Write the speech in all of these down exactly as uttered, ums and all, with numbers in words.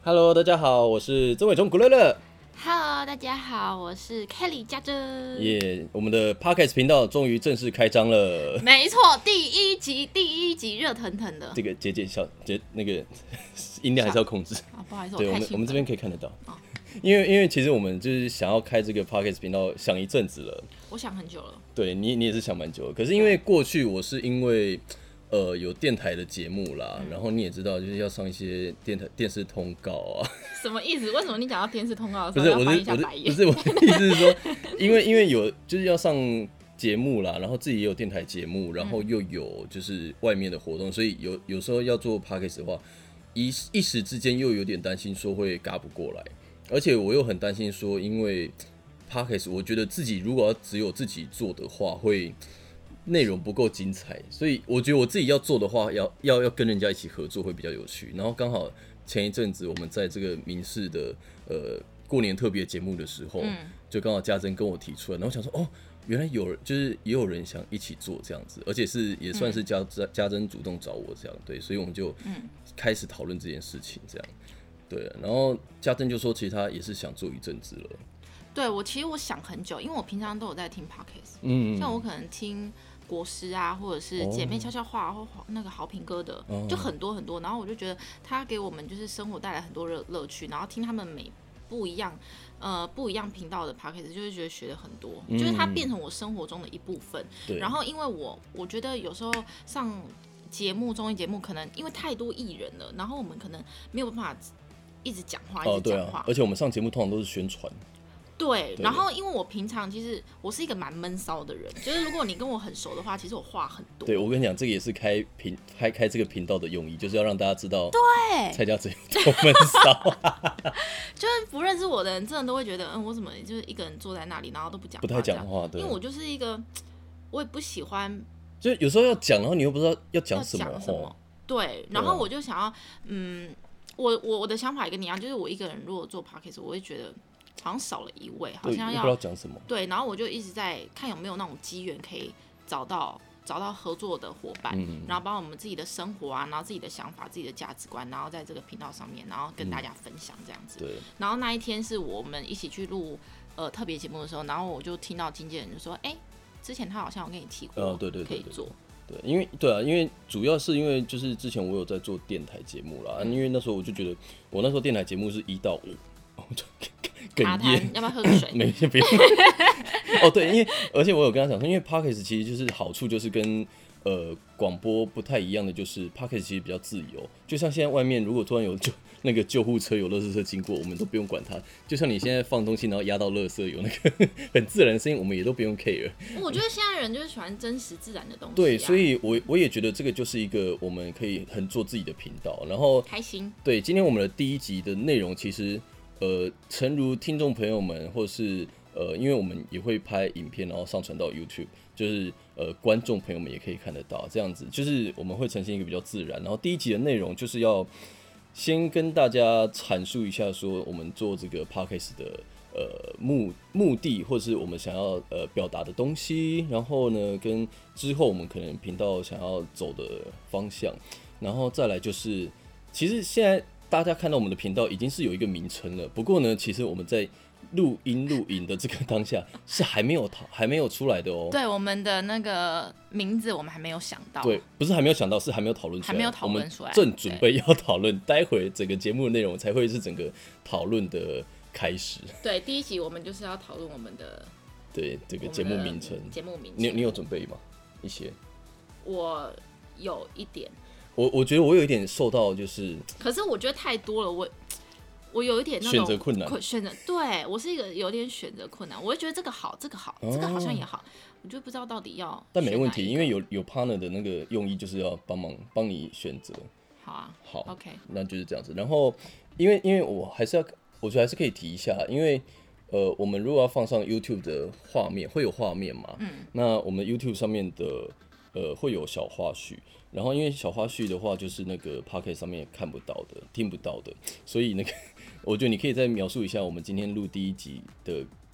Hello， 大家好，我是曾伟忠古乐乐。 Hello， 大家好，我是 Kelly 家珍。 耶、yeah, 我们的 Podcast 频道终于正式开张了。 没错，第一集，第一集热腾腾的。 这个节节小节那个音量还是要控制。 啊，不好意思， 对，我我们我们这边可以看得到。 哦、 因为因为其实我们就是想要开这个 Podcast 频道，想一阵子了。 我想很久了。 对你你也是想蛮久了，可是因为过去我是因为。呃，有电台的节目啦、嗯，然后你也知道，就是要上一些电台电视通告啊。 什么意思？为什么你讲到电视通告的时候要翻一下白眼？ 不是，我的意思是说，因为因为有就是要上节目啦，然后自己也有电台节目，然后又有就是外面的活动，所以有有时候要做 podcast 的话，一一时之间又有点担心说会嘎不过来，而且我又很担心说，因为 podcast 我觉得自己如果要只有自己做的话，会。内容不够精彩，所以我觉得我自己要做的话，要要要跟人家一起合作会比较有趣。然后刚好前一阵子我们在这个民视的呃过年特别节目的时候，嗯、就刚好家珍跟我提出来，然后我想说哦，原来有人就是也有人想一起做这样子，而且是也算是家家珍主动找我这样，对，所以我们就开始讨论这件事情这样，对。然后家珍就说，其实他也是想做一阵子了。 对我其实我想很久，因为我平常都有在听 podcast， 嗯， 像我可能听。国师啊，或者是姐妹悄悄话，或那个好评哥的，就很多很多。然后我就觉得他给我们就是生活带来很多乐乐趣，然后听他们每不一样呃不一样频道的 podcast， 就会觉得学了很多，嗯、就是它变成我生活中的一部分。然后因为我我觉得有时候上节目综艺节目，可能因为太多艺人了，然后我们可能没有办法一直讲话，一直讲话、 哦啊。而且我们上节目通常都是宣传。 对，然后因为我平常其实我是一个蛮闷骚的人，就是如果你跟我很熟的话，其实我话很多。 对，我跟你讲，这个也是开频开开这个频道的用意，就是要让大家知道， 对， 蔡家珍有多闷骚。 就是不认识我的人，真的都会觉得，嗯，我怎么就是一个人坐在那里，然后都不讲话， 不太讲话，对， 因为我就是一个，我也不喜欢， 就有时候要讲，然后你又不知道要讲什么， 什么对，然后我就想要，嗯，我我我的想法也跟你一样，就是我一个人如果做 podcast， 我会觉得。好像少了一位，好像要不知道讲什么。 对，然后我就一直在看有没有那种机缘可以找到找到合作的伙伴，嗯、然后把我们自己的生活啊，然后自己的想法、自己的价值观，然后在这个频道上面，然后跟大家分享这样子。 嗯、对。 然后那一天是我们一起去录呃特别节目的时候，然后我就听到经纪人就说：“哎、欸，之前他好像有跟你提过， 哦，对对对， 可以做。” 对，因为对啊，因为主要是因为就是之前我有在做电台节目啦、嗯，因为那时候我就觉得我那时候电台节目是一到五，我就。 哽咽，要不要喝个水？ 没，先不用。哦，对，因为而且我有跟他讲说，因为 Podcast 其实就是好处就是跟呃广播不太一样的，就是 Podcast 其实比较自由。就像现在外面如果突然有救那个救护车、有垃圾车经过，我们都不用管它。就像你现在放东西，然后压到垃圾，有那个很自然的声音，我们也都不用 care。 我觉得现在人就是喜欢真实自然的东西、啊。 对，所以我我也觉得这个就是一个我们可以很做自己的频道，然后开心。 对，今天我们的第一集的内容其实。呃，诚如听众朋友们，或是呃，因为我们也会拍影片，然后上传到 YouTube， 就是呃，观众朋友们也可以看得到，这样子就是我们会呈现一个比较自然。然后第一集的内容就是要先跟大家阐述一下，说我们做这个 Podcast 的呃目目的，或是我们想要呃表达的东西，然后呢，跟之后我们可能频道想要走的方向，然后再来就是，其实现在。大家看到我们的频道已经是有一个名称了，不过呢，其实我们在录音录影的这个当下是还没有还没有出来的哦。 对，我们的那个名字我们还没有想到。 对，不是还没有想到，是还没有讨论出来。 还没有讨论出来， 我们正准备要讨论，待会整个节目的内容才会是整个讨论的开始。 对，第一集我们就是要讨论我们的对这个节目名称。 节目名称， 你你有准备吗？一些？ 我有一点。 我我觉得我有一点受到就是， 可是我觉得太多了，我我有一点那种选择困难， 选择对我是一个有点选择困难，我会觉得这个好，这个好，这个好像也好，我就不知道到底要。 但没问题，因为有有 partner 的那个用意就是要帮忙帮你选择。 好啊， 好 ，OK， 那就是这样子。然后因为因为我还是要，我觉得还是可以提一下，因为呃，我们如果要放上 YouTube 的画面，会有画面嘛？嗯，那我们 YouTube 上面的呃会有小花絮。然后因为小花絮的话，就是那个 Podcast 上面看不到的、听不到的，所以那个我觉得你可以再描述一下我们今天录第一集的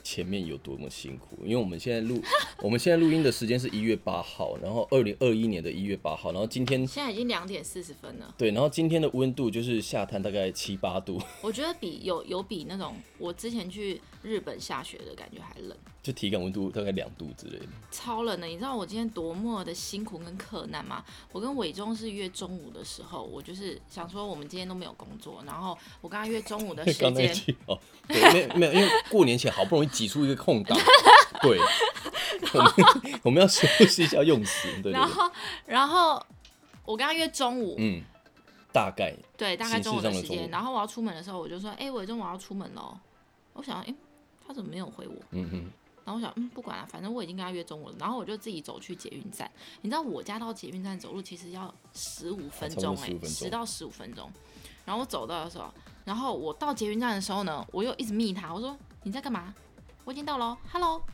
前面有多么辛苦，因为我们现在录我们现在录音的时间是一月八号，然后二零二一年的一月八号，然后今天现在已经两点四十分了。 对，然后今天的温度就是下探大概七八度。 我觉得比有有比那种我之前去日本下雪的感觉还冷， 就体感温度大概两度之类的， 超冷的。你知道我今天多么的辛苦跟克难吗？我跟伟忠是约中午的时候，我就是想说我们今天都没有工作，然后我跟他约中午的时间。 哦，对，没有没有，因为过年前好不容易挤出一个空档，对，我们我们要休息一下用词，对对对。 然后然后我跟他约中午， 嗯，大概对，大概中午的时间。然后我要出门的时候，我就说，哎、欸，伟忠我要出门喽。我想，哎、欸，他怎么没有回我？ 嗯哼。 然后我想，嗯，不管了，反正我已经跟他约中午了。然后我就自己走去捷运站。你知道我家到捷运站走路其实要十五分钟，哎，十到十五分钟。然后我走到的时候，然后我到捷运站的时候呢，我又一直密他，我说你在干嘛？我已经到了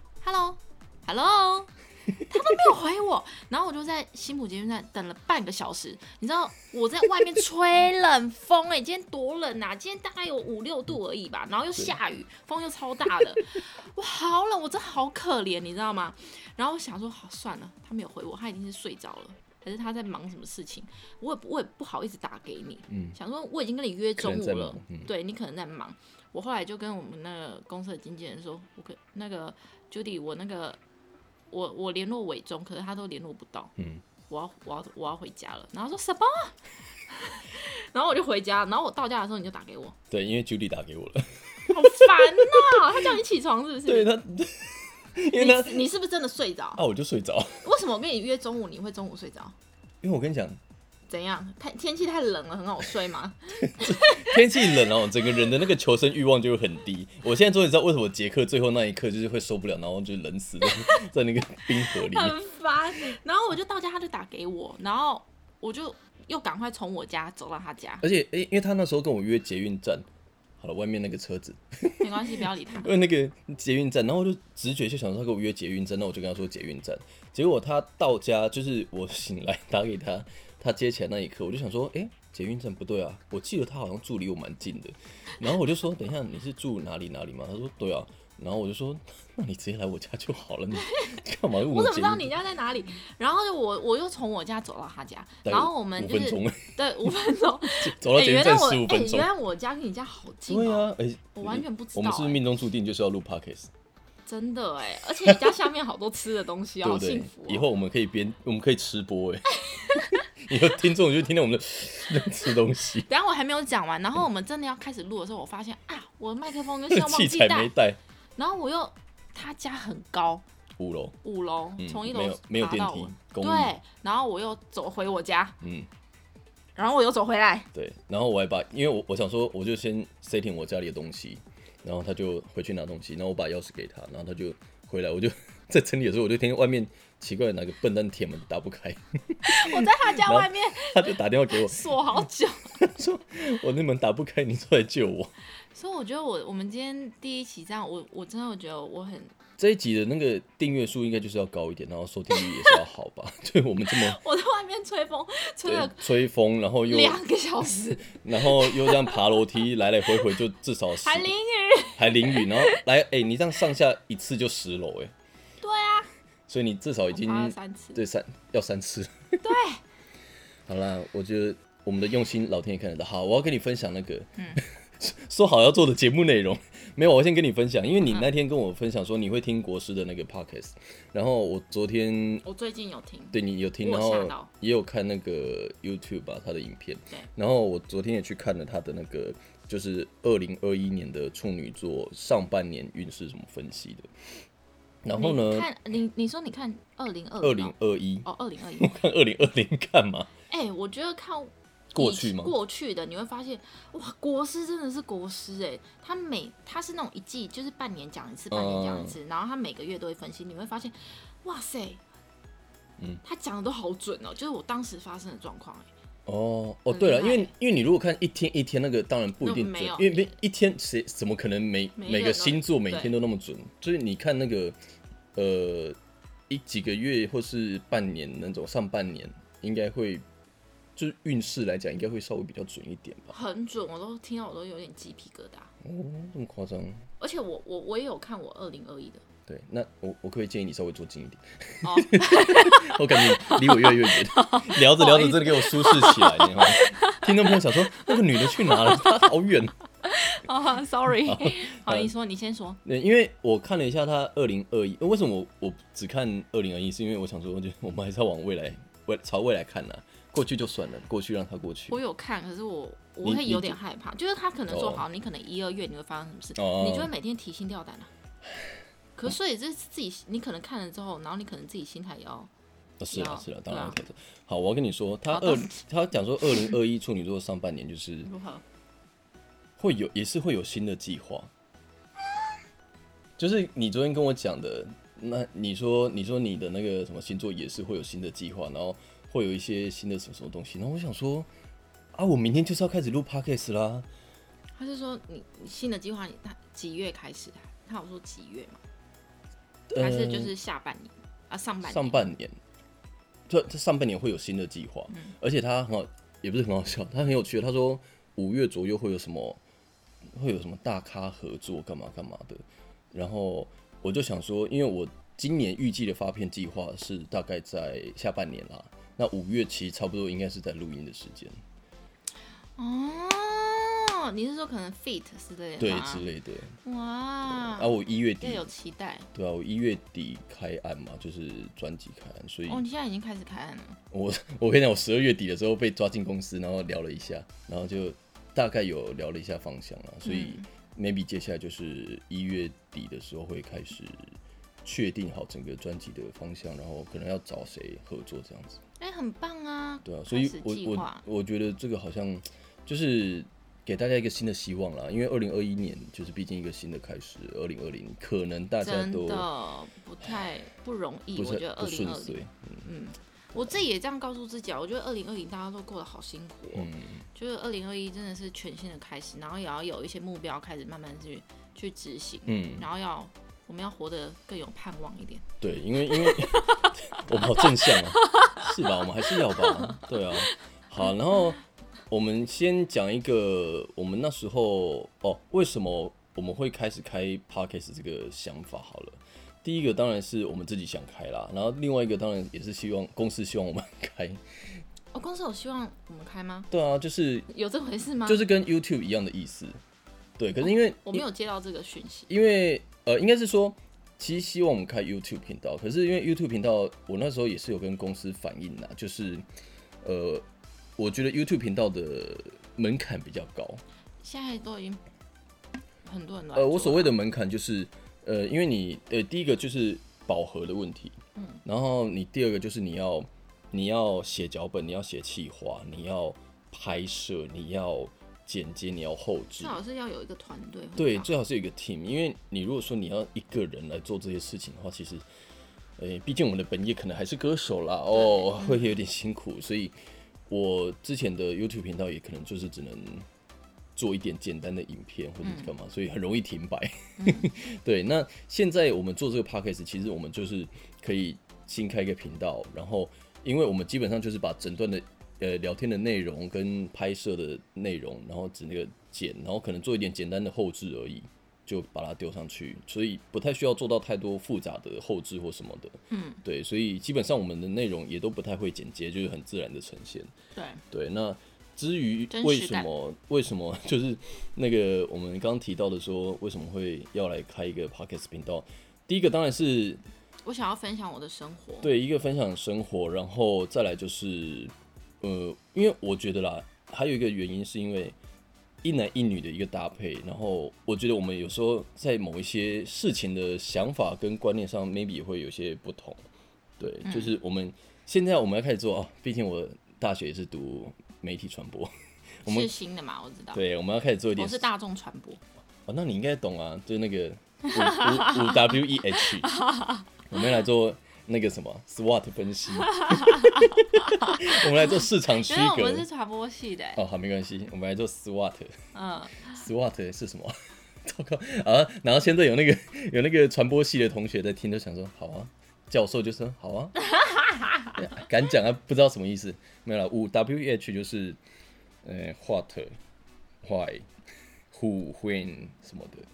，Hello，Hello，Hello， 他都没有回我。然后我就在新埔捷运站等了半个小时。你知道我在外面吹冷风哎、欸，今天多冷啊！今天大概有五六度而已吧，然后又下雨，风又超大的，我好冷，我真的好可怜，你知道吗？然后我想说，好算了，他没有回我，他一定是睡着了。还是他在忙什么事情，我也我也不好意思打给你，嗯、想说我已经跟你约中午了，嗯、对你可能在忙。我后来就跟我们那个公司的经纪人说，我可那个 Judy， 我那个我我联络伟忠，可是他都联络不到，嗯、我要我要我要回家了。然后说什么？然后我就回家，然后我到家的时候你就打给我， 对，因为 Judy 打给我了， 好烦呐、喔！他叫你起床是不是？ 对他。因为他你, 你是不是真的睡着？ 啊，我就睡着。 为什么我跟你约中午，你会中午睡着？ 因为我跟你讲， 怎样？太天气太冷了，很好睡吗？ 天气冷哦，整个人的那个求生欲望就会很低。我现在终于知道为什么杰克最后那一刻就是会受不了，然后就冷死在那个冰河里面， 很烦。然后我就到家，他就打给我，然后我就又赶快从我家走到他家。 而且，欸、因为他那时候跟我约捷运站。好了，外面那个车子没关系，不要理他。 因为那个捷运站，然后我就直觉就想说他跟我约捷运站，那我就跟他说捷运站。结果他到家，就是我醒来打给他，他接起来那一刻，我就想说，哎、欸，捷运站不对啊，我记得他好像住离我蛮近的。然后我就说，等一下，你是住哪里哪里吗？他说对啊。然后我就说，那你直接来我家就好了，你干嘛？ 我怎么知道你家在哪里？然后就我我又从我家走到他家，然后我们就是五分钟， 对，五分钟， 走到捷运站十五分钟。 原来我家跟你家好近哦。 对啊，哎、欸， 我完全不知道、欸。 我们是不是命中注定就是要录 podcast？ 真的哎、欸，而且你家下面好多吃的东西，好幸福、喔。 以后我们可以边，我们可以吃播哎、欸，以后听众就听到我们的吃东西。 等一下我还没有讲完，然后我们真的要开始录的时候，我发现啊，我的麦克风跟线忘记带，器材没带， 然后我又。他家很高， 五楼， 五楼，从一楼没有电梯， 对，然后我又走回我家，嗯，然后我又走回来， 对，然后我还把，因为我我想说，我就先 setting 我家里的东西，然后他就回去拿东西，然后我把钥匙给他，然后他就回来，我就在整理的时候，我就听见外面奇怪的哪个笨蛋铁门打不开， 我在他家外面， 他就打电话给我， 锁好久， 说我那门打不开，你出来救我。 所以我觉得我我们今天第一期这样，我我真的觉得我很这一集的那个订阅数应该就是要高一点，然后收听率也是要好吧？就我们这么我在外面吹风，吹了吹风，然后又两个小时， 然后又这样爬楼梯来来回回，就至少还淋雨， 还淋雨，然后来哎、欸，你这样上下一次就十楼哎， 对啊， 所以你至少已经爬三次， 对三要三次， 对， 好啦，我觉得我们的用心老天也看得到。好，我要跟你分享那个，嗯。说好要做的节目内容，没有，我先跟你分享，因为你那天跟我分享说你会听国师的那个 podcast， 然后我昨天我最近有听， 对你有听，然后也有看那个 YouTube 吧，他的影片，然后我昨天也去看了他的那个就是二零二一年的处女座上半年运势怎么分析的，然后呢， 你看你你说你看二零二二零二一哦二零二一， 我看二零二零干嘛？ 哎、欸，我觉得看。 过去吗？ 过去的你会发现，哇，国师真的是国师哎，他每他是那种一季就是半年讲一次，半年讲一次，嗯、然后他每个月都会分析，你会发现，哇塞，嗯，他讲的都好准哦，就是我当时发生的状况哎。 哦哦，对了，因为因为你如果看一天一天那个，当然不一定准，因为一天谁怎么可能每每个星座每天都那么准？就是你看那个呃一几个月或是半年那种上半年，应该会。就是运势来讲，应该会稍微比较准一点吧。 很准，我都听到我都有点鸡皮疙瘩。 哦，这么夸张？ 而且我我我也有看我二零二一的。 对，那我我可不可以建议你稍微坐近一点？ 哦， 我感觉离我越来越远，聊着聊着真的给我舒适起来，你知道吗？听众朋友想说那个女的去哪了？她好远。 哦 ，sorry， 好，你说，你先说。 对，因为我看了一下她二零二一，为什么我我只看二零二一？是因为我想说，我们还是要往未来，未朝未来看呐、啊。过去就算了，过去让它过去。 我有看，可是我我会有点害怕，就是他可能说好，哦、你可能一二月你会发生什么事，哦、你就会每天提心吊胆啊。可是所以这是自己，你可能看了之后，然后你可能自己心态也要。 哦、是啊是啊，当然要开始。好，我要跟你说，他二他讲说二零二一处女座上半年就是如何会有也是会有新的计划，就是你昨天跟我讲的，那你说你说你的那个什么星座也是会有新的计划，然后会有一些新的什么什么东西，然后我想说啊，我明天就是要开始录 podcast 啦。 他是说你新的计划，他几月开始？他有说几月吗？还是就是下半年、呃、啊？上半年？ 上半年，这这上半年会有新的计划、嗯，而且他很好，也不是很好笑，他很有趣。他说五月左右会有什么，会有什么大咖合作，干嘛干嘛的。然后我就想说，因为我今年预计的发片计划是大概在下半年啦，那五月其实差不多应该是在录音的时间。 哦，你是说可能 feat 之类的？ 对，之类的。 哇！ 啊，我一月底要有期待。 对啊，我一月底开案嘛，就是专辑开案，所以哦，你现在已经开始开案了。 我我跟你讲，我十二月底的时候被抓进公司，然后聊了一下，然后就大概有聊了一下方向啦，所以 maybe 接下来就是一月底的时候会开始确定好整个专辑的方向，然后可能要找谁合作这样子。 哎、欸，很棒啊！ 对啊，所以我我我觉得这个好像就是给大家一个新的希望啦，因为二零二一年就是毕竟一个新的开始，二零二零可能大家都真的不太不容易，我觉得二零二零，嗯，我自己也这样告诉自己啊，我觉得二零二零大家都过得好辛苦、喔，嗯，就是二零二一真的是全新的开始，然后也要有一些目标开始慢慢去去执行，嗯，然后要我们要活得更有盼望一点， 对，因为因为我们好正向啊，是吧？我们还是要吧，对啊，好，然后。我们先讲一个，我们那时候哦，为什么我们会开始开 podcast 这个想法好了。第一个当然是我们自己想开啦，然后另外一个当然也是希望公司希望我们开。 哦，公司有希望我们开吗？ 对啊，就是有这回事吗？ 就是跟 YouTube 一样的意思。对，可是因为、哦、 我没有接到这个讯息， 因为呃，应该是说，其实希望我们开 YouTube 频道，可是因为 YouTube 频道，我那时候也是有跟公司反映啦，就是呃。我觉得 YouTube 频道的门槛比较高， 现在都已经很多人都呃，我所谓的门槛就是，呃，因为你呃，第一个就是饱和的问题，嗯，然后你第二个就是你要你要写脚本，你要写企划，你要拍摄，你要剪接，你要后制， 最好是要有一个团队， 对，最好是有一个 team， 因为你如果说你要一个人来做这些事情的话，其实，呃，毕竟我们的本业可能还是歌手啦，哦，会有点辛苦，所以。我之前的 YouTube 频道也可能就是只能做一点简单的影片或者是干嘛、嗯，所以很容易停摆。嗯、对，那现在我们做这个 podcast， 其实我们就是可以新开一个频道，然后因为我们基本上就是把整段的呃聊天的内容跟拍摄的内容，然后只那个剪，然后可能做一点简单的后制而已。就把它丢上去，所以不太需要做到太多复杂的后制或什么的。嗯，对，所以基本上我们的内容也都不太会剪接，就是很自然的呈现。 对， 对。那至于为什么为什么就是那个我们刚刚提到的说为什么会要来开一个 podcast 频道，第一个当然是我想要分享我的生活。 对，一个分享生活，然后再来就是呃，因为我觉得啦，还有一个原因是因为。一男一女的一个搭配，然后我觉得我们有时候在某一些事情的想法跟观念上 ，maybe 也会有些不同。对，嗯、就是我们现在我们要开始做哦，毕竟我大学也是读媒体传播，我们是新的嘛，我知道。 对，我们要开始做一点。 我是大众传播。 哦，那你应该懂啊，就是那个五 W E H， 我们来做。那个什么 S W O T 分析，我们来做市场区隔。 我们是传播系的。 哦，好，没关系，我们来做 S W O T。嗯 ，S W O T 是什么？糟糕啊！然后现在有那个有那个传播系的同学在听，就想说好啊，教授就说好啊，敢讲啊，不知道什么意思。没有啦，五 W E H 就是呃 What、Why、Who、When 什么的。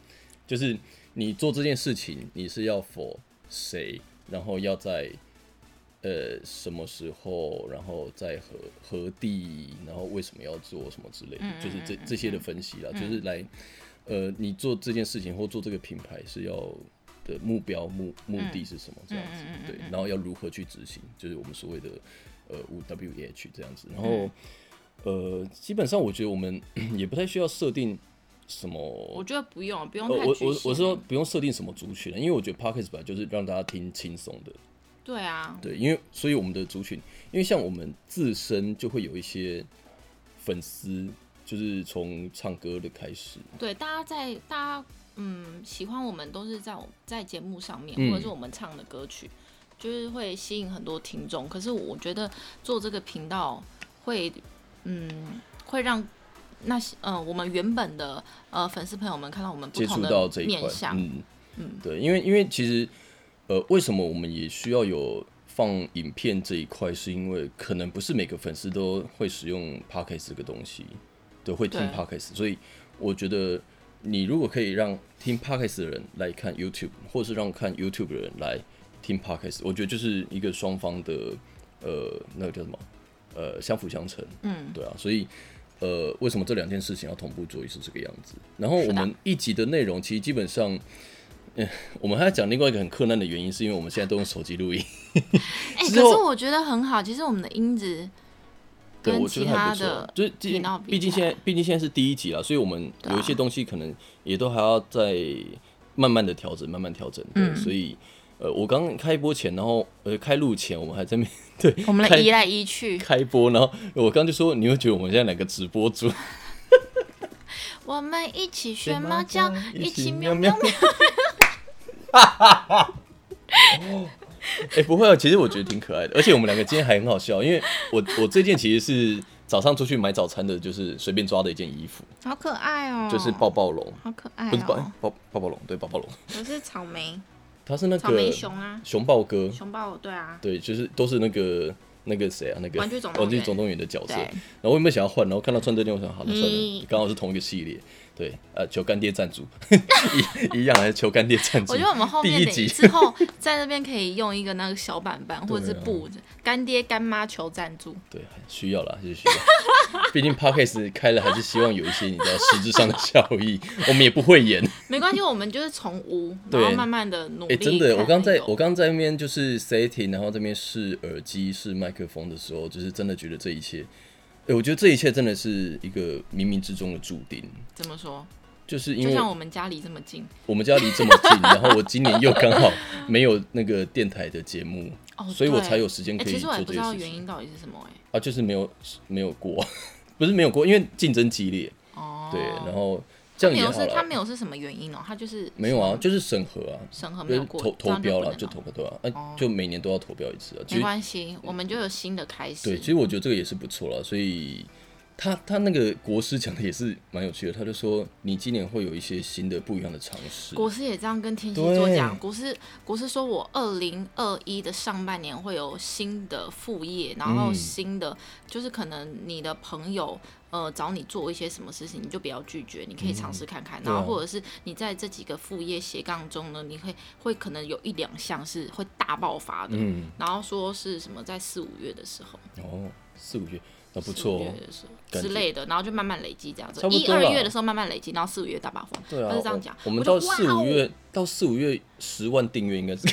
就是你做这件事情，你是要 for 谁，然后要在呃什么时候，然后在何何地，然后为什么要做什么之类的，嗯、就是这这些的分析啦，嗯、就是来呃你做这件事情或做这个品牌是要的目标目目的是什么这样子，嗯、对，然后要如何去执行，就是我们所谓的呃 W E H 这样子，然后、嗯、呃基本上我觉得我们也不太需要设定。什么？我觉得不用，不用太局限。我我我是说不用设定什么族群，因为我觉得 Podcast 本来就是让大家听轻松的。 对啊。 对，因为所以我们的族群，因为像我们自身就会有一些粉丝，就是从唱歌的开始。 对，大家在大家嗯喜欢我们都是在在节目上面，嗯、或者是我们唱的歌曲，就是会吸引很多听众。可是我觉得做这个频道会嗯会让。那呃，我们原本的呃粉丝朋友们看到我们不同的面向， 嗯嗯，对，因为因为其实呃，为什么我们也需要有放影片这一块，是因为可能不是每个粉丝都会使用 Podcast 这个东西，对，会听 Podcast， 所以我觉得你如果可以让听 Podcast 的人来看 YouTube， 或者是让看 YouTube 的人来听 Podcast， 我觉得就是一个双方的呃那个叫什么呃相辅相成，嗯，对啊，所以。呃，为什么这两件事情要同步做也是这个样子？然后我们一集的内容其实基本上，嗯、我们还要讲另外一个很困难的原因，是因为我们现在都用手机录音。 哎、欸，可是我觉得很好，其实我们的音质跟其他的就是毕竟现在毕竟现在是第一集啦，所以我们有一些东西可能也都还要再慢慢的调整，慢慢调整。对，嗯、所以。呃，我刚开播前，然后呃开录前，我们还在那边对， 我们来移来移去开播，然后我刚就说，你会觉得我们现在两个直播主， 我们一起学猫叫，一起喵喵喵， 哈哈哈！哎，不会啊，其实我觉得挺可爱的，而且我们两个今天还很好笑，因为我我这件其实是早上出去买早餐的，就是随便抓的一件衣服， 好可爱哦， 就是抱抱龙， 好可爱、哦， 不是抱抱抱抱龙，对，抱抱龙， 我是草莓。 他是那个草莓熊啊， 熊抱哥， 熊抱对啊， 对，就是都是那个那个谁啊，那个玩具总玩具总动员的角色。然后我有没有想要换？然后看到穿这件，我想好，那算了，刚好是同一个系列。对，呃，求干爹赞助，一一样还是求干爹赞助。 我觉得我们后面第一集之后在那边可以用一个那个小板板或者是布，干爹干妈求赞助。 对，需要啦，就是需要。毕竟 Podcast 开了，还是希望有一些你知道实质上的效益。我们也不会演， 没关系，我们就是从无，然后慢慢的努力。哎、 欸，真的，我刚在我刚在那边就是 setting， 然后这边试耳机、试麦克风的时候，就是真的觉得这一切。欸、我觉得这一切真的是一个冥冥之中的注定。 怎么说？ 就是因为就像我们家离这么近， 我们家离这么近，然后我今年又刚好没有那个电台的节目，哦、所以我才有时间可以做这些事情。 欸、其实我也不知道原因到底是什么、欸， 啊，就是没有没有过，不是没有过，因为竞争激烈。哦。对，然后这样也好了。 他没有是什么原因哦、喔？他就是没有啊，就是审核啊， 审核没有过， 投投标了就投个对啊，啊哦、就每年都要投标一次啊。 没关系，我们就有新的开始。 对，其实我觉得这个也是不错了，所以。他他那个国师讲的也是蛮有趣的，他就说你今年会有一些新的不一样的尝试。 国师也这样跟天蝎座讲，国师国师说我二零二一的上半年会有新的副业，然后新的、嗯、就是可能你的朋友呃找你做一些什么事情，你就不要拒绝，你可以尝试看看、嗯，然后或者是你在这几个副业斜杠中呢，你会会可能有一两项是会大爆发的，嗯，然后说是什么在四五月的时候， 哦，四五月。那不错、哦， 之类的，然后就慢慢累积这样子。一二月的时候慢慢累积，然后四五月大爆发。 对啊， 他是这样讲。 我们到四五月，到四五月十万订阅应该是。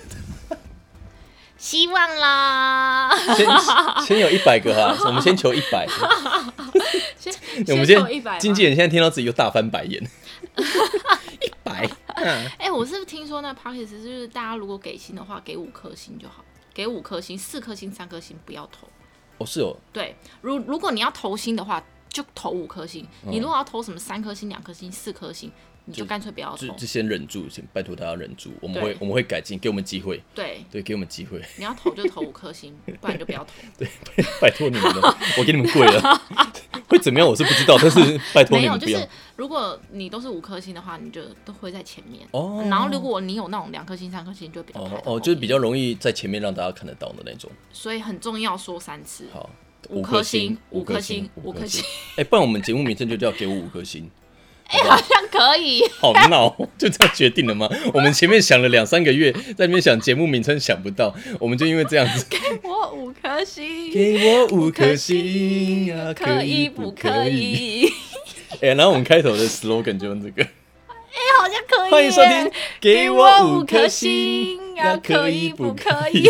希望啦。 先先有一百个哈，我们先求一百。 先我们先经纪人现在听到自己又大翻白眼。一百。 哎、欸，我是不是听说那 Podcast 就是大家如果给星的话，给五颗星就好，给五颗星，四颗星、三颗星不要投。 哦，是哦。 对，如如果你要投星的话，就投五颗星、嗯。你如果要投什么三颗星、两颗星、四颗星，你就干脆不要投。 就, 就先忍住，先拜托大家忍住，我们会我们会改进，给我们机会。 对对，给我们机会。 你要投就投五颗星，不然就不要投。 对，拜托你们了，我给你们跪了。会怎么样我是不知道，但是拜托你们不要。 没有，就是如果你都是五颗星的话，你就都会在前面。哦。然后如果你有那种两颗星、三颗星，就比较排哦哦，就是比较容易在前面让大家看得到的那种。 所以很重要，说三次。 好。 五颗星，五颗星，五颗星。 哎、欸，不然我们节目名称就叫给我五颗星。 哎、欸，好像可以。 好闹，就这样决定了吗？我们前面想了两三个月，在那边想节目名称想不到，我们就因为这样子。 给我五颗星， 给我五颗星啊，可以不可以？哎、欸，然后我们开头的 slogan 就用这个。 哎、欸，好像可以。 欢迎收听，给我五颗星啊，可以不可以？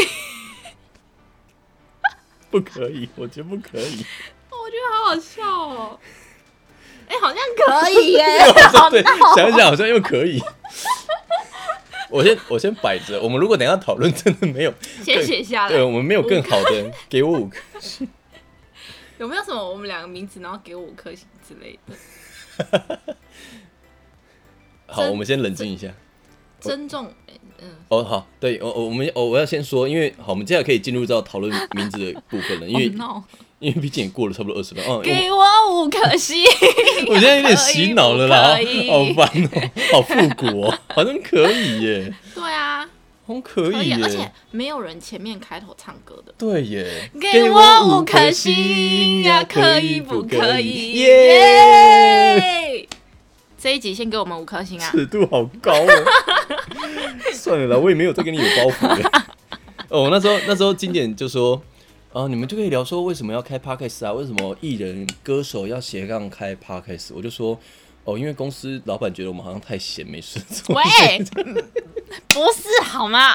不可以，我觉得不可以。 我觉得好好笑哦。哎、欸，好像可以耶！好对，想一想好像又可以。我先我先摆着，我们如果等一下讨论真的没有， 先写下来。 对，我们没有更好的，给我五颗星。 有没有什么我们两个名字，然后给我五颗星之类的？ 好，我们先冷静一下。 尊重，嗯。 哦，好，对，我我们哦，我要先说，因为好，我们接下来可以进入到讨论名字的部分了，因为。 Oh no. 因为毕竟也过了差不多二十分，哦， 给我五颗星。 我现在有点洗脑了啦，好烦哦，好复古哦，好像可以耶。 对啊， 好可以耶， 而且没有人前面开头唱歌的。 对耶， 给我五颗星呀，可以不可以？ 耶！ 这一集先给我们五颗星啊， 尺度好高哦。算了啦，我也没有再跟你有包袱的。哦，那时候那时候经典就说。啊，你们就可以聊说为什么要开 podcast 啊？为什么艺人歌手要斜杠开 podcast？ 我就说，哦，因为公司老板觉得我们好像太闲没事做。 喂，不是好吗？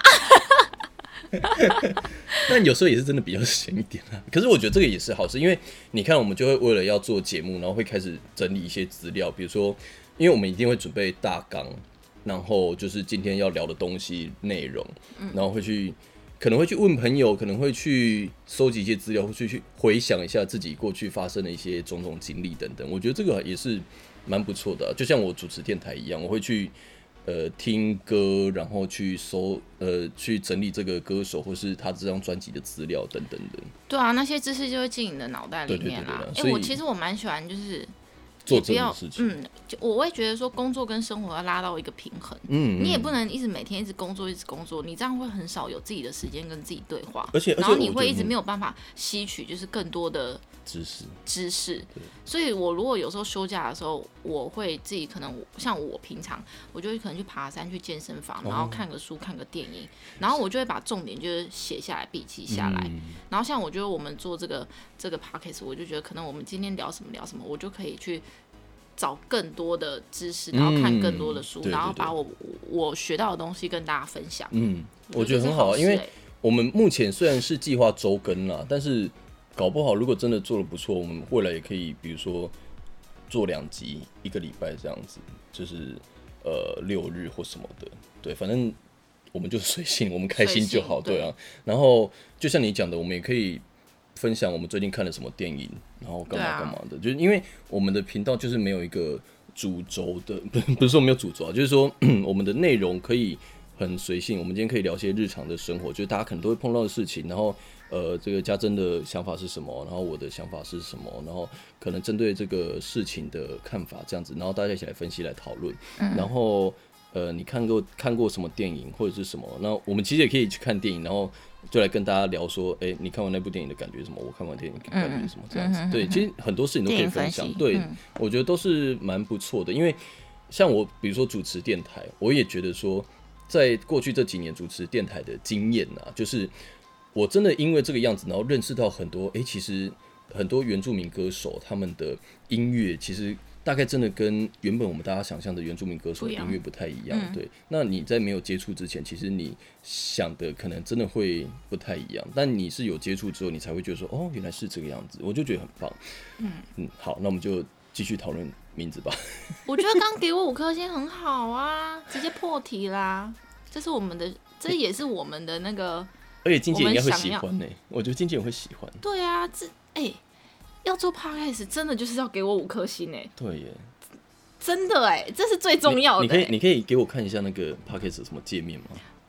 但有时候也是真的比较闲一点啦。可是我觉得这个也是好事，因为你看，我们就会为了要做节目，然后会开始整理一些资料，比如说，因为我们一定会准备大纲，然后就是今天要聊的东西内容，然后会去。可能会去问朋友，可能会去收集一些资料，或去去回想一下自己过去发生的一些种种经历等等。我觉得这个也是蛮不错的、啊，就像我主持电台一样，我会去呃听歌，然后去搜呃去整理这个歌手或是他这张专辑的资料等等的。 对啊，那些知识就会进你的脑袋里面啦。哎、欸，我其实我蛮喜欢就是。 做这种事情， 嗯，就我会觉得说工作跟生活要拉到一个平衡，嗯，你也不能一直每天一直工作一直工作，你这样会很少有自己的时间跟自己对话， 而且然后你会一直没有办法吸取就是更多的知识知识，所以我如果有时候休假的时候，我会自己可能像我平常我就会可能去爬山去健身房，然后看个书看个电影，然后我就会把重点就是写下来笔记下来，嗯、然后像我觉得我们做这个这个 podcast， 我就觉得可能我们今天聊什么聊什么，我就可以去。找更多的知识，然后看更多的书，嗯、对对对，然后把我我学到的东西跟大家分享。嗯， 我觉得很好啊，因为我们目前虽然是计划周更啦，但是搞不好如果真的做得不错，我们未来也可以，比如说做两集，一个礼拜这样子，就是呃六日或什么的。对，反正我们就随性，我们开心就好，对啊。然后就像你讲的，我们也可以。分享我们最近看了什么电影，然后干嘛干嘛的，啊、就是因为我们的频道就是没有一个主轴的，不是不是说没有主轴啊，就是说我们的内容可以很随性。我们今天可以聊些日常的生活，就是大家可能都会碰到的事情。然后呃，这个家珍的想法是什么？然后我的想法是什么？然后可能针对这个事情的看法这样子，然后大家一起来分析来讨论。嗯、然后呃，你看过看过什么电影或者是什么？那我们其实也可以去看电影，然后。就来跟大家聊说，哎、欸，你看完那部电影的感觉是什么？我看完电影的感觉是什么？这样子，嗯、对，其实很多事情都可以分享。对，嗯、我觉得都是蛮不错的。因为像我，比如说主持电台，我也觉得说，在过去这几年主持电台的经验啊，就是我真的因为这个样子，然后认识到很多，哎、欸，其实很多原住民歌手他们的音乐，其实。大概真的跟原本我们大家想象的原住民歌手的音乐不太一样，嗯、对。那你在没有接触之前，其实你想的可能真的会不太一样，但你是有接触之后，你才会觉得说，哦，原来是这个样子，我就觉得很棒。嗯嗯，好，那我们就继续讨论名字吧。我觉得刚给我五颗星很好啊，直接破题啦。这是我们的，这也是我们的那个， 而且经纪人应该会喜欢呢、欸。我觉得经纪人会喜欢。 对啊，这哎。欸要做 podcast 真的就是要给我五颗星哎、欸， 对耶， 真的哎、欸，这是最重要的、欸你。你可以，你可以给我看一下那个 podcast 什么界面吗？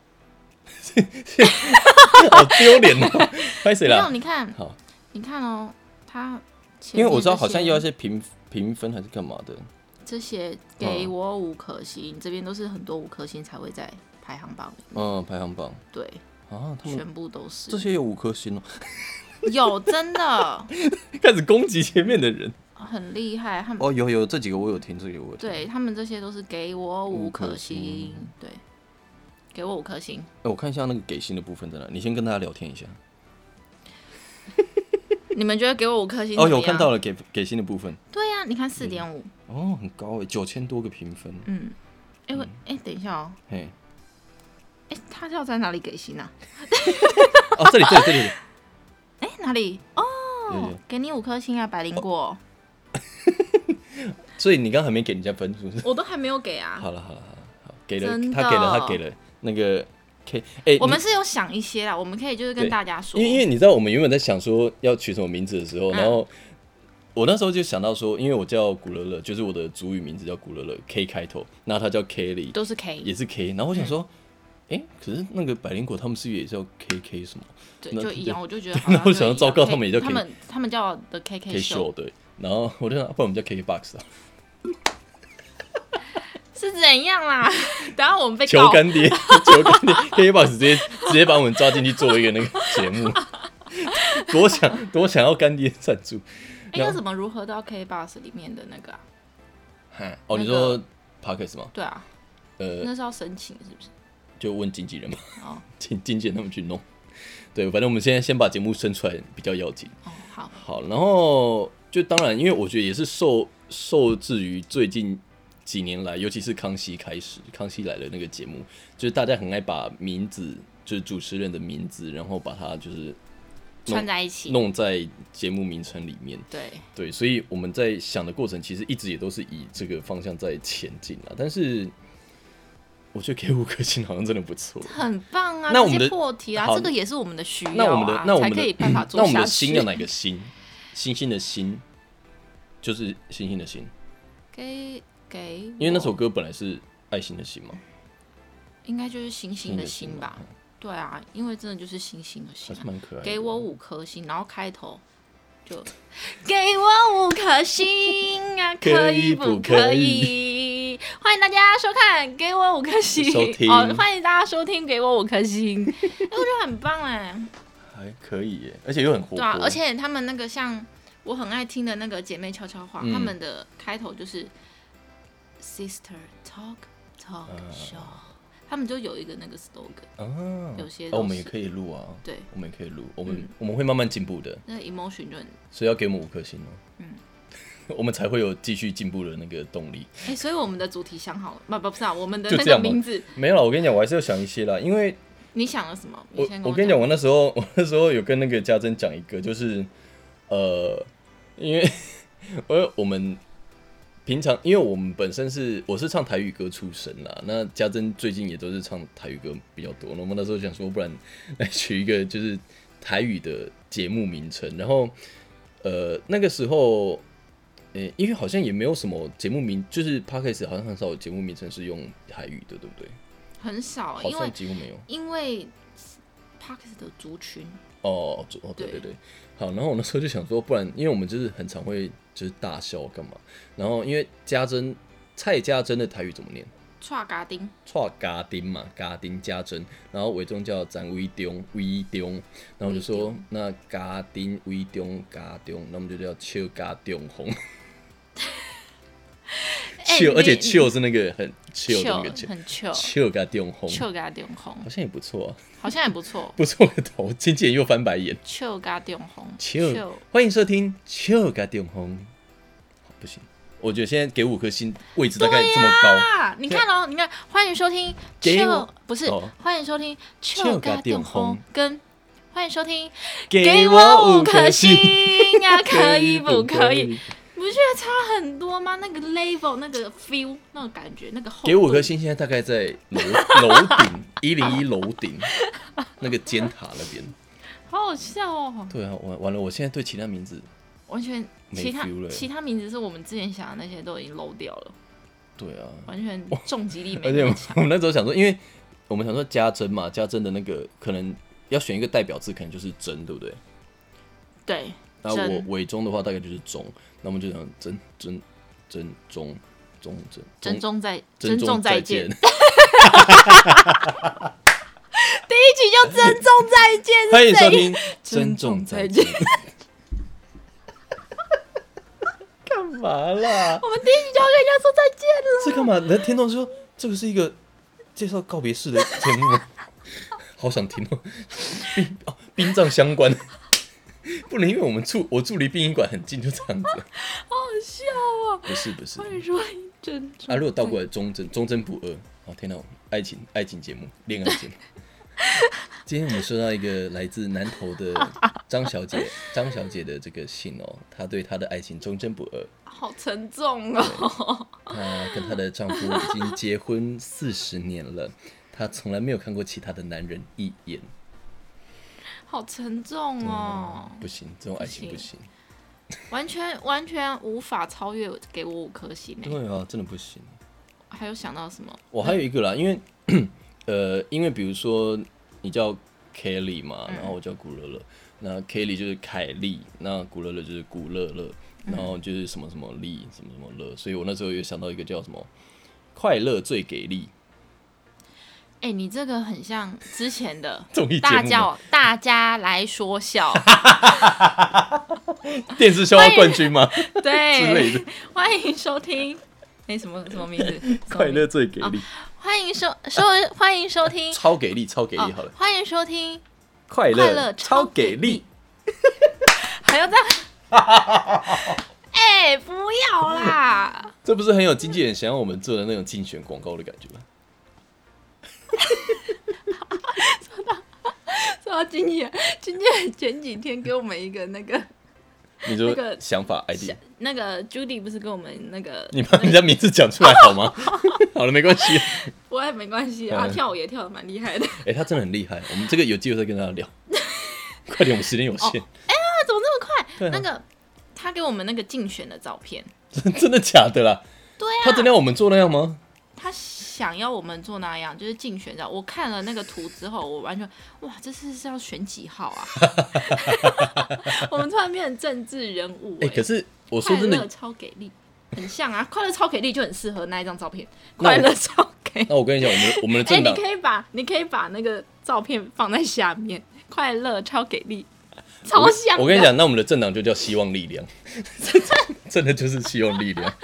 好丢脸哦！拍谁啦？ 没有，你看，好，你看哦，他因为我知道好像要一些评评分还是干嘛的。 这些给我五颗星，嗯、这边都是很多五颗星才会在排行榜里面。 嗯，排行榜对啊，他们全部都是这些有五颗星哦。 有真的开始攻击前面的人， 哎， 很厉害。他们哦，有有这几个我有听，这个我有听。 对他们这些都是给我五颗星，对，给我五颗星。 哎，我看一下那个给星的部分在哪，你先跟大家聊天一下。 你们觉得给我五颗星？ 哦，有看到了给给星的部分。 对呀、啊，你看四点五， 哦，很高哎，九千多个评分。 嗯，哎、欸，哎、欸，等一下哦、喔， 嘿， 哎、欸，他要在哪里给星啊？ 哦，这里这里这里。 哎、欸，哪里？哦，给你五颗星啊，百灵果。哦、 所以你刚刚还没给人家分数是？ 我都还没有给啊。 好了好了好了，好，给了他给了他给了那个。K 欸、 我们是有想一些啦，我们可以就是跟大家说， 因为因为你知道我们原本在想说要取什么名字的时候，嗯、然后我那时候就想到说，因为我叫古乐乐，就是我的族语名字叫古乐乐 ，K 开头，那他叫 Kelly， 都是 K， 也是 K， 然后我想说，哎、嗯欸，可是那个百灵果他们是不是也叫 K K 什么？ 对，就一样，我就觉得， 然后我想要糟糕，他们也叫 K， 他们他们叫的 K K show， 对，然后我就想，不然我们叫 K K box 啊。 是怎样啦？等下我们被告求干爹，求干爹 ，K K box 直接直接把我们抓进去做一个那个节目，多想多想要干爹赞助。 哎、欸，那怎么如何到 K K box 里面的那个啊？ 哦，你说 Podcast 吗？ 对啊，呃，那是要申请是不是？ 就问经纪人嘛， 哦， 请经纪人他们去弄。对，反正我们现在先把节目生出来比较要紧。 哦，好， 好，然后就当然，因为我觉得也是受受制于最近。几年来，尤其是康熙开始，康熙来了那个节目，就是大家很爱把名字，就是主持人的名字，然后把它就是串在一起， 弄在节目名称里面。 对对，所以我们在想的过程，其实一直也都是以这个方向在前进啊。但是我觉得给五颗星好像真的不错， 很棒啊！ 那我们的直接破题啊，这个也是我们的需要、啊。 那我们的那我们的才可以办法做下去。 那我们的星要哪个星？星星的星，就是星星的星。 给。给因为那首歌本来是爱心的心嘛， 应该就是星星的星吧？对啊，因为真的就是星星的星、啊， 还是蛮可爱的。 给我五颗星，然后开头就给我五颗星啊，可以不可以？欢迎大家收看，给我五颗星， 收听哦，欢迎大家收听，给我五颗星，哎、欸，我觉得很棒哎， 还可以耶，而且又很活泼。 对啊，而且他们那个像我很爱听的那个姐妹悄悄话，嗯、他们的开头就是。Sister Talk Talk Show，、uh, 他们就有一个那个 slogan，、uh, 有些、哦、 我们也可以录啊， 对， 我们也可以录，我们、嗯、我们会慢慢进步的。 那 emotion 就很， 所以要给我们五颗星哦，嗯，我们才会有继续进步的那个动力。 哎、欸，所以我们的主题想好了，不不是啊，我们的那个名字没有了。我跟你讲，我还是要想一些啦，因为你想了什么？ 我跟我, 我跟你讲，我那时候我那时候有跟那个家珍讲一个，就是呃，因为我我们。平常，因为我们本身是我是唱台语歌出身啦，那家珍最近也都是唱台语歌比较多。那我们那时候想说，不然来取一个就是台语的节目名称。然后，呃，那个时候，诶、欸，因为好像也没有什么节目名，就是 Podcast 好像很少有节目名称是用台语的，对不对？ 很少， 好像几乎没有。 因为 Podcast 的族群。 哦哦，对对对，好，然后我那时候就想说，不然，因为我们就是很常会就是大笑干嘛，然后因为家珍蔡家珍的台语怎么念？ 蔡家丁， 蔡家丁嘛，家丁家珍，然后伟忠叫展威中威中，然后我就说那家丁威中家中，那我们就叫笑家中红。chill， 而且 chill 是那个很 chill 的那个 chill， 很 chill，chill 加电红 ，chill 加电红， 好像也不错啊， 好像也不错， 不错个头，经纪人又翻白眼 ，chill 加电红 ，chill， 欢迎收听 chill 加电红，不行，我觉得现在给五颗星位置大概这么高， 啊、你看哦，你看，欢迎收听 chill， 不是，哦、欢迎收听 chill 加电红跟。欢迎收听，给我五颗星啊，可以不可以？不觉得差很多吗？那个 level， 那个 feel， 那个感觉，那个厚度。 给五颗星，现在大概在楼楼顶一零一楼顶那个尖塔那边， 好好笑哦。 对啊，完完了，我现在对其他名字完全其他其他名字是我们之前想的那些都已经漏掉了。 对啊， 完全重击力没而且我们那时候想说，因为我们想说家珍嘛，家珍的那个可能。要选一个代表字，可能就是真，对不对？ 对。 那我伪中的话，大概就是中。那我们就讲真真真中中真。 真中再真中再见。 第一集就真中再见。 欢迎收听真中再见。 干嘛啦？ 我们第一集就要跟人家说再见了。 这干嘛？那听众说这个是一个介绍告别式的节目吗？好想听哦，殡哦殡葬相关，不能因为我们住我住离殡仪馆很近就这样子， 好好笑哦。 不是不是， 欢迎收听真啊，如果倒过来忠贞忠贞不二，哦天哪，爱情爱情节目恋爱节目。今天我们收到一个来自南投的张小姐，张小姐的这个信哦，她对她的爱情忠贞不二， 好沉重哦。 她跟她的丈夫已经结婚四十年了，她从来没有看过其他的男人一眼， 好沉重哦。 嗯、不行，这种爱情不行， 完全完全无法超越，给我五颗星。 对啊，真的不行。 还有想到什么？ 我还有一个啦，因为呃，因为比如说你叫 Kelly 嘛，然后我叫古乐乐，那 Kelly 就是凯莉，那古乐乐就是古乐乐，然后就是什么什么利，什么什么乐，所以我那时候有想到一个叫什么快乐最给力。 哎、欸，你这个很像之前的综艺节大目叫大家来说笑， 电视笑话冠军吗？ 对之类的。 欢迎收听，哎、欸，什么什么名字？ 快乐最给力。哦、 欢迎收收欢迎收听， 超给力，超给力，好了、 哦。欢迎收听快乐超给力。 还要这样？哎、欸，不要啦！ 这不是很有经纪人想要我们做的那种竞选广告的感觉吗？ 说到说到经纪人，经纪人前几天给我们一个那个， 你说那个想法 idea， 那个 Judy 不是跟我们那个， 你把人家名字讲出来好吗？好了，没关系， 不会没关系啊，嗯、跳舞也跳得蛮厉害的。 哎、欸，他真的很厉害，我们这个有机会再跟他聊。快点，我们时间有限。哎、哦、 呀，怎么这么快？ 啊、 那个他给我们那个竞选的照片， 真的假的啦？ 对啊， 他真的要我们做那样吗？ 他想要我们做那样，就是竞选照。我看了那个图之后，我完全哇，这次是要选几号啊？我们突然变成政治人物、欸。哎、 欸，可是我说真的， 快乐超给力，很像啊！快乐超给力就很适合那一张照片。快乐超给力。 那我跟你讲，我们我们的政党， 哎、欸，你可以把你可以把那个照片放在下面。快乐超给力，超像我。我跟你讲，那我们的政党就叫希望力量，真的就是希望力量。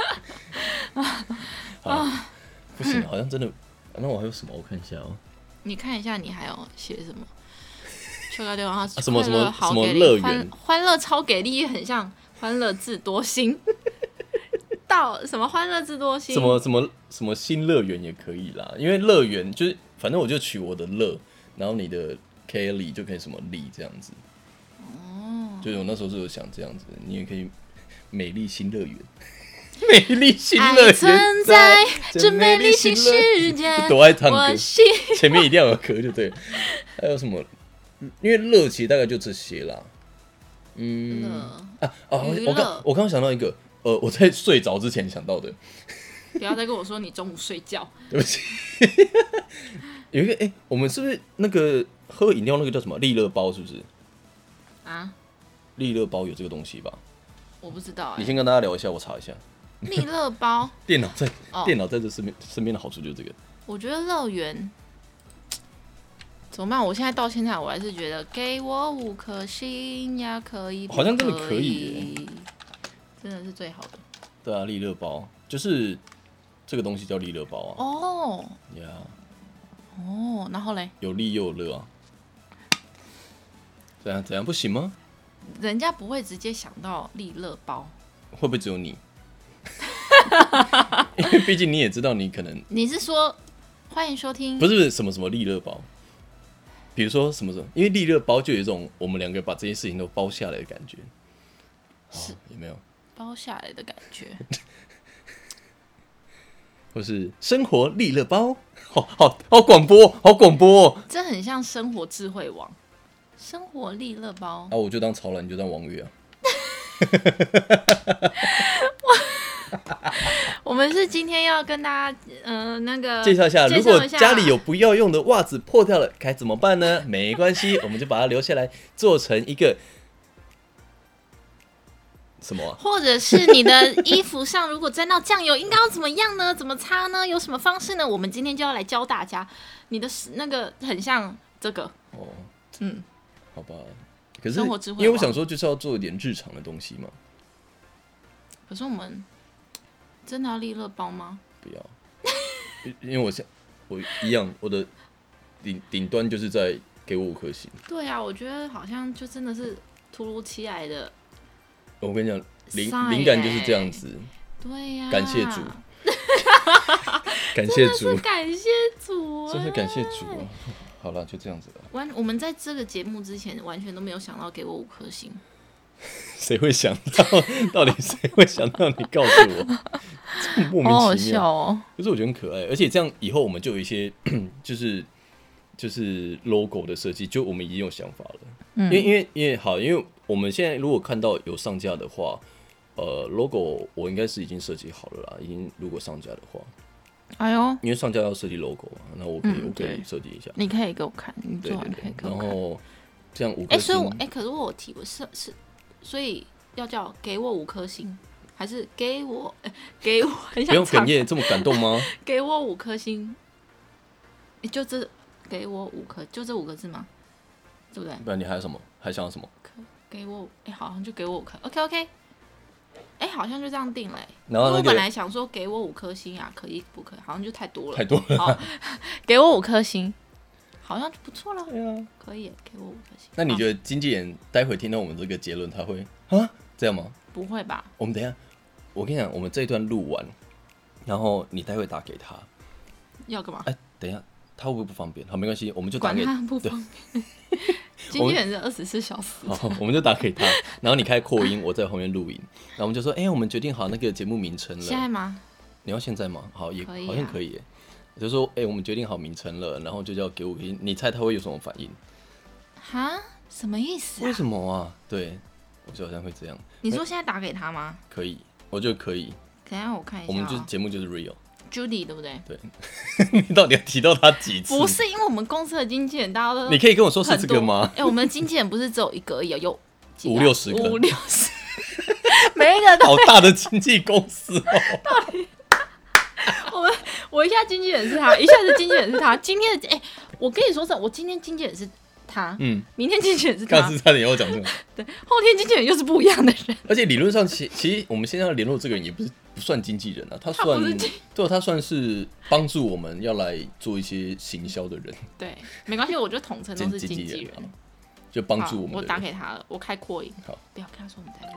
啊。不行，好像真的。那我还有什么？我看一下哦。 你看一下，你还有写什么？秋高电话什么什么什么乐园？ 欢乐超给力，也很像欢乐智多星。到什么欢乐智多星？ 什么什么什么新乐园也可以啦，因为乐园就是反正我就取我的乐，然后你的 Kelly 就可以什么力这样子。哦。就是我那时候就有想这样子，你也可以美丽新乐园。美丽新乐园存在这美丽新世界， 多爱唱歌，前面一定要有歌就对了。还有什么？因为乐其实大概就这些啦。嗯啊哦，我刚我刚刚想到一个，呃，我在睡着之前想到的。 不要再跟我说你中午睡觉。 对不起。有一个哎、欸，我们是不是那个喝饮料那个叫什么利乐包？是不是？啊？利乐包有这个东西吧？ 我不知道、欸。 你先跟大家聊一下，我查一下。 利乐包， 电脑在、哦、电脑在这身边身边的好处就是这个。 我觉得乐园怎么办？我现在到现在我还是觉得给我五颗星呀，可以不可以？ 好像真的可以耶， 真的是最好的。 对啊，利乐包就是这个东西叫利乐包啊。 哦。 呀。 哦，然后嘞？ 有利又有乐啊。怎样怎样不行吗？ 人家不会直接想到利乐包。 会不会只有你？因为毕竟你也知道，你可能你是说欢迎收听？ 不是不是什么什么利乐包，比如说什么什么，因为利乐包就有一种我们两个把这些事情都包下来的感觉，是、哦、有没有包下来的感觉？ 或是生活利乐包，好好好广播，好广播、哦， 这很像生活智慧网，生活利乐包啊，我就当曹兰，你就当王月啊。 我们是今天要跟大家呃那个介绍一下，如果家里有不要用的袜子破掉了，该怎么办呢？没关系，我们就把它留下来，做成一个什么、啊？ 或者是你的衣服上如果沾到酱油，应该要怎么样呢？怎么擦呢？有什么方式呢？我们今天就要来教大家。你的那个很像这个哦，嗯， 好吧。可是因为我想说，就是要做一点日常的东西嘛。 可是我们真的要利乐包吗？ 不要，因为我现我一样，我的顶顶端就是在给我五颗星。 对啊，我觉得好像就真的是突如其来的。 我跟你讲，灵灵感就是这样子。 对呀、啊， 感谢主，感谢主， 感谢主， 真是感谢主啊！好了，就这样子了。 完，我们在这个节目之前完全都没有想到给我五颗星。 谁会想到？到底谁会想到？你告诉我，这么莫名其妙。好好笑哦！ 可是我觉得很可爱，而且这样以后我们就有一些就是就是 logo 的设计，就我们已经有想法了。嗯、因为因为因为好，因为我们现在如果看到有上架的话，呃 ，logo 我应该是已经设计好了啦，已经如果上架的话。 哎呦， 因为上架要设计 logo 啊，那我可以、嗯、我可以设计一下。 你可以给我看，你做完可以给我看。 然后这样五颗星。 哎、欸，所以我哎、欸，可是我有提我是是，所以要叫给我五颗星，还是给我、欸、给我很想唱？ 不用哽咽，这么感动吗？ 给我五颗星，欸、就这给我五颗，就这五个字吗？对不对？ 不然你还有什么？还想要什么？ 给我哎、欸，好像就给我五颗。OK OK。哎、欸，好像就这样定了、欸。 然后、那個、 我本来想说给我五颗星啊，可以不可以？好像就太多了， 太多了。 好，给我五颗星，好像就不错了。 对啊， 可以，给我五颗星。 那你觉得经纪人待会听到我们这个结论，他会啊这样吗？ 不会吧？ 我们等一下，我跟你讲，我们这一段录完，然后你待会打给他， 要干嘛？ 哎、欸，等一下，他会不会不方便？好，没关系，我们就打给管他不方便。经纪人是二十四小时， 好，我们就打给他，然后你开扩音，我在后面录音，然后我们就说，哎、欸，我们决定好那个节目名称了。 现在吗？ 你要现在吗？好，也可以、啊、 好像可以耶。我就说，哎、欸，我们决定好名称了，然后就叫给我个音，你猜他会有什么反应？ 哈？什么意思、啊？ 为什么啊？对，我就好像会这样。 你说现在打给他吗？ 可以，我觉得可以。 等一下我看一下、喔， 我们就是节目就是 real。Judy 对不对？ 对，你到底要提到他几次？ 不是因为我们公司的经纪人，大家都你可以跟我说是这个吗？ 哎、欸，我们的经纪人不是只有一个而已，有五六十个， 五六十，每一个都好大的经纪公司哦。 到底，我们我一下经纪人是他，一下子经纪人是他。今天哎、欸，我跟你说真的，我今天经纪人是他，嗯，明天经纪人是他， 刚是差点要讲这个， 对，后天经纪人又是不一样的人。 而且理论上，其其实我们现在要联络这个人也不是不算经纪人啊，他算对，他算是帮助我们要来做一些行销的人。 对，没关系，我就统称都是经纪人，人就帮助我们。 我打给他了，我开扩音， 好， 不要跟他说我们在录。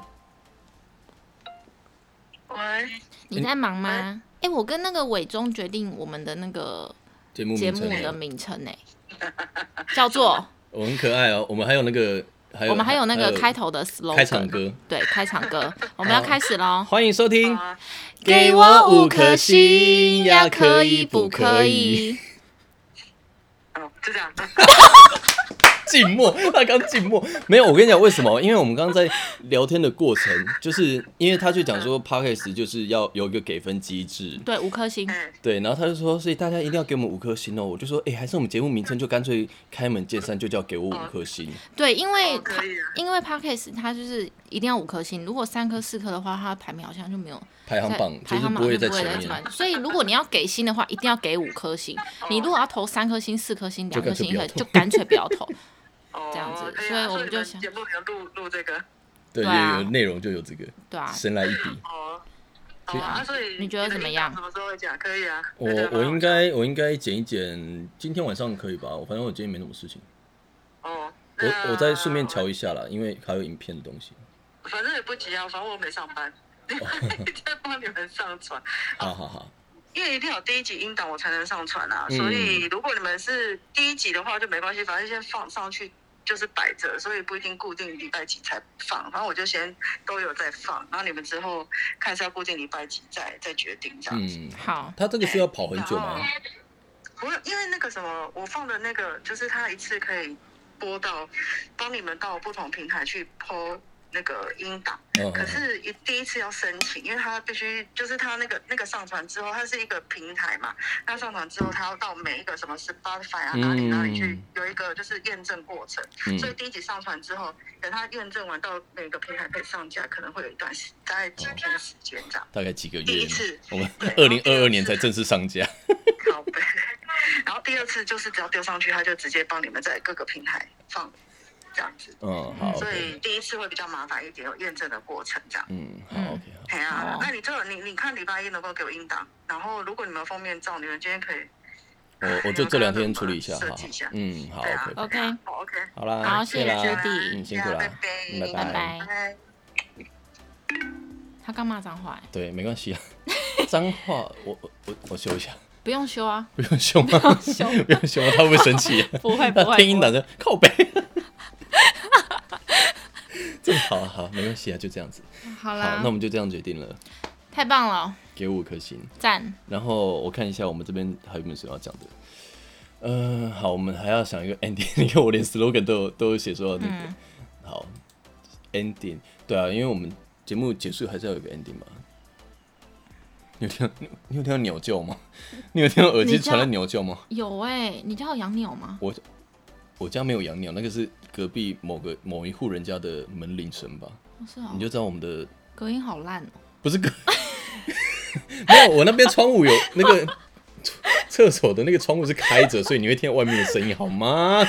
喂， 你在忙吗？哎、欸，我跟那个伟忠决定我们的那个节目节目的名称呢、欸，叫做。 我很可爱哦，我们还有那个，还有我们还有那个开头的 slogan， 开场歌， 对，开场歌，我们要开始喽！ 欢迎收听， 给我五颗星呀，可以不可以？ 哦，就这样。 静默，他刚静默，没有。我跟你讲为什么？因为我们刚刚在聊天的过程，就是因为他就讲说 Podcast 就是要有一个给分机制， 对，五颗星， 对，然后他就说，所以大家一定要给我们五颗星哦。我就说，哎、欸，还是我们节目名称就干脆开门见山，就叫给我五颗星。 对，因为他因为 Podcast 它就是一定要五颗星，如果三颗四颗的话，它排名好像就没有排行榜，就是不会在前面。 所以如果你要给星的话，一定要给五颗星。你如果要投三颗星、四颗星、两颗星，就干脆不要投。这样子，所以我们就想节目有录录这个， 对，有内容就有这个， 对啊， 神来一笔。 哦，好啊，所以你觉得怎么样？ 什么时候会讲？可以啊。 我我应该我应该剪一剪，今天晚上可以吧？我反正我今天没什么事情。 哦， 我我再顺便瞧一下啦，因为还有影片的东西。 反正也不急啊，反正我没上班，再帮你们上传。 好好好。 因为一定有第一集音档我才能上传啊，所以如果你们是第一集的话就没关系，反正先放上去就是摆着，所以不一定固定礼拜几才放，反正我就先都有在放，然后你们之后看是要固定礼拜几再再决定这样子。 嗯， 好。 他这个需要跑很久吗？ 不是，因为那个什么，我放的那个就是他一次可以播到，帮你们到不同平台去播那个音档，可是一第一次要申请，因为他必须就是他那个那个上传之后，它是一个平台嘛，他上传之后，他要到每一个什么 Spotify 啊哪里哪里去有一个就是验证过程，嗯、所以第一集上传之后，等他验证完到每个平台可以上架，可能会有一段时大概几天的时间这样， 大概几个月。 第一次， 我们二零二二年才正式上架。 好呗，然后第二次就是只要丢上去，他就直接帮你们在各个平台放。 这样子。 嗯，好。 所以第一次会比较麻烦一点，有验证的过程这样。 嗯，好 OK 好。 哎呀，那你这你你看礼拜一能够给我音档，然后如果你们封面照，你们今天可以。 我我就这两天处理一下， 设计一下。 嗯，好 ，OK OK， 好 OK， 好啦， 好，谢谢 Judy， 嗯，辛苦啦， 拜拜拜。他刚骂脏话， 对，没关系啊，脏话我我我修一下， 不用修啊， 不用修吗？不用修，不用修吗？他会不会生气？ 不会不会， 听音档就靠北，这么好啊，好，没关系啊，就这样子。 好啦， 好，那我们就这样决定了。 太棒了， 给我五颗星， 赞。 然后我看一下我们这边还有没有什么要讲的。呃，好，我们还要想一个 ending。你看我连 slogan 都有都有写说那个、嗯、好 ending。对啊，因为我们节目结束还是要有一个 ending 嘛。你有听到你有听到鸟叫吗？你有听到耳机传来鸟叫吗？ 有哎、欸，你家有养鸟吗？ 我我家没有养鸟，那个是隔壁某个某一户人家的门铃声吧。 是啊、哦， 你就知道我们的隔音好烂哦。 不是隔。没有，我那边窗户有那个厕所的那个窗户是开着，所以你会听到外面的声音，好吗？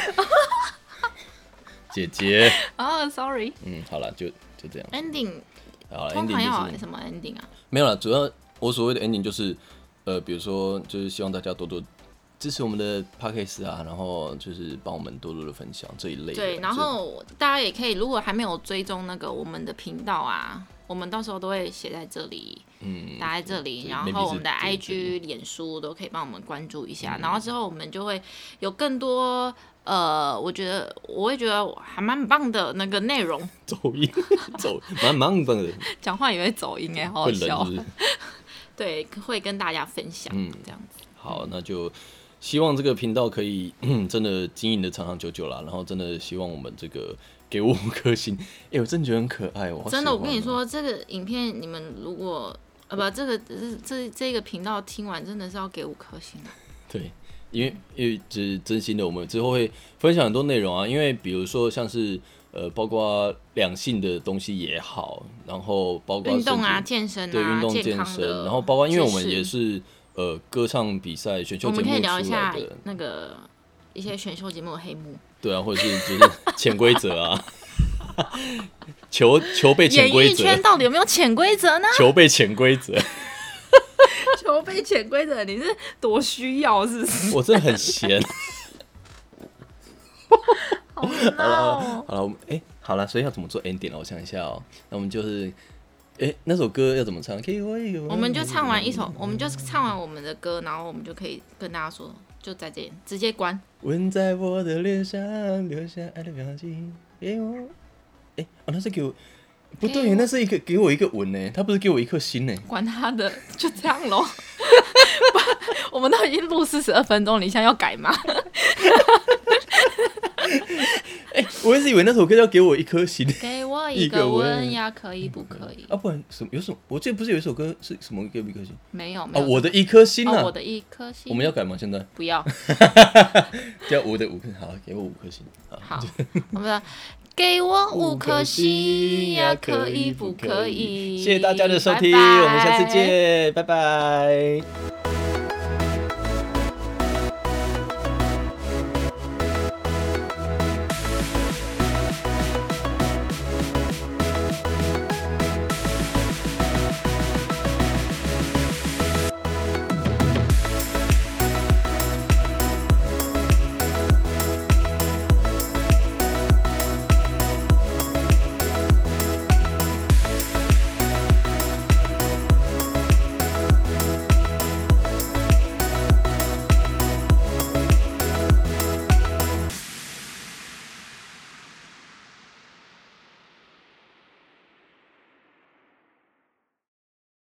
姐姐。 啊、oh, ，sorry。 嗯，好了，就就这样。 ending。 好 ，ending 就是要什么 ending 啊？ 没有了，主要我所谓的 ending 就是，呃，比如说就是希望大家多多支持我们的 podcast 啊，然后就是帮我们多多的分享这一类的。 对，然后大家也可以，如果还没有追踪那个我们的频道啊。我们到时候都会写在这里，嗯，打在这里，然后我们的 I G、脸书都可以帮我们关注一下，嗯、然后之后我们就会有更多，呃，我觉得我会觉得还蛮棒的那个内容。 走音，走，蛮棒的。 讲话也会走音哎，好好笑。 是是对，会跟大家分享，嗯，这样子。 好，那就希望这个频道可以真的经营的长长久久啦，然后真的希望我们这个。给我五颗星，哎、欸，我真的觉得很可爱哦。 真的，我跟你说，这个影片你们如果呃不，这个这这这个频道听完，真的是要给五颗星。 对，因为因为就是真心的，我们之后会分享很多内容啊。因为比如说像是呃，包括两性的东西也好，然后包括运动啊、健身啊， 对运动健身，然后包括因为我们也是呃歌唱比赛、选秀节目出来的， 我们可以聊一下那个一些选秀节目的黑幕。 对啊，或者是就是潜规则啊，球球被潜规则， 演艺圈到底有没有潜规则呢？ 球被潜规则， 球被潜规则，你是多需要是不是？ 我真的很闲。 好了好了，我们哎、欸、好了，所以要怎么做 ending 了？我想一下哦、喔，那我们就是哎、欸、那首歌要怎么唱？给我一个， 我们就唱完一首，我们就唱完我们的歌，然后我们就可以跟大家说。就在这里，直接关。 吻在我的脸上，留下爱的表情，给我。哎、欸，哦，那是给我，不对，那是一个给我一个吻呢，他不是给我一颗心呢。 管他的，就这样咯。我们都已经录四十二分钟，你现在要改吗？ 哎、欸，我一直以为那首歌要给我一颗心， 给我一个吻呀，可以不可以？ 啊，不然什么有什么？我记得不是有一首歌是什么给我一颗心？ 没有，没有。 哦，我的一颗心啊、 哦，我的一颗心。 我们要改吗？现在不要。 叫我的五颗，好，给我五颗心。 好，我们的给我五颗心呀，可以不可以？ 谢谢大家的收听， 拜拜， 我们下次见，拜拜。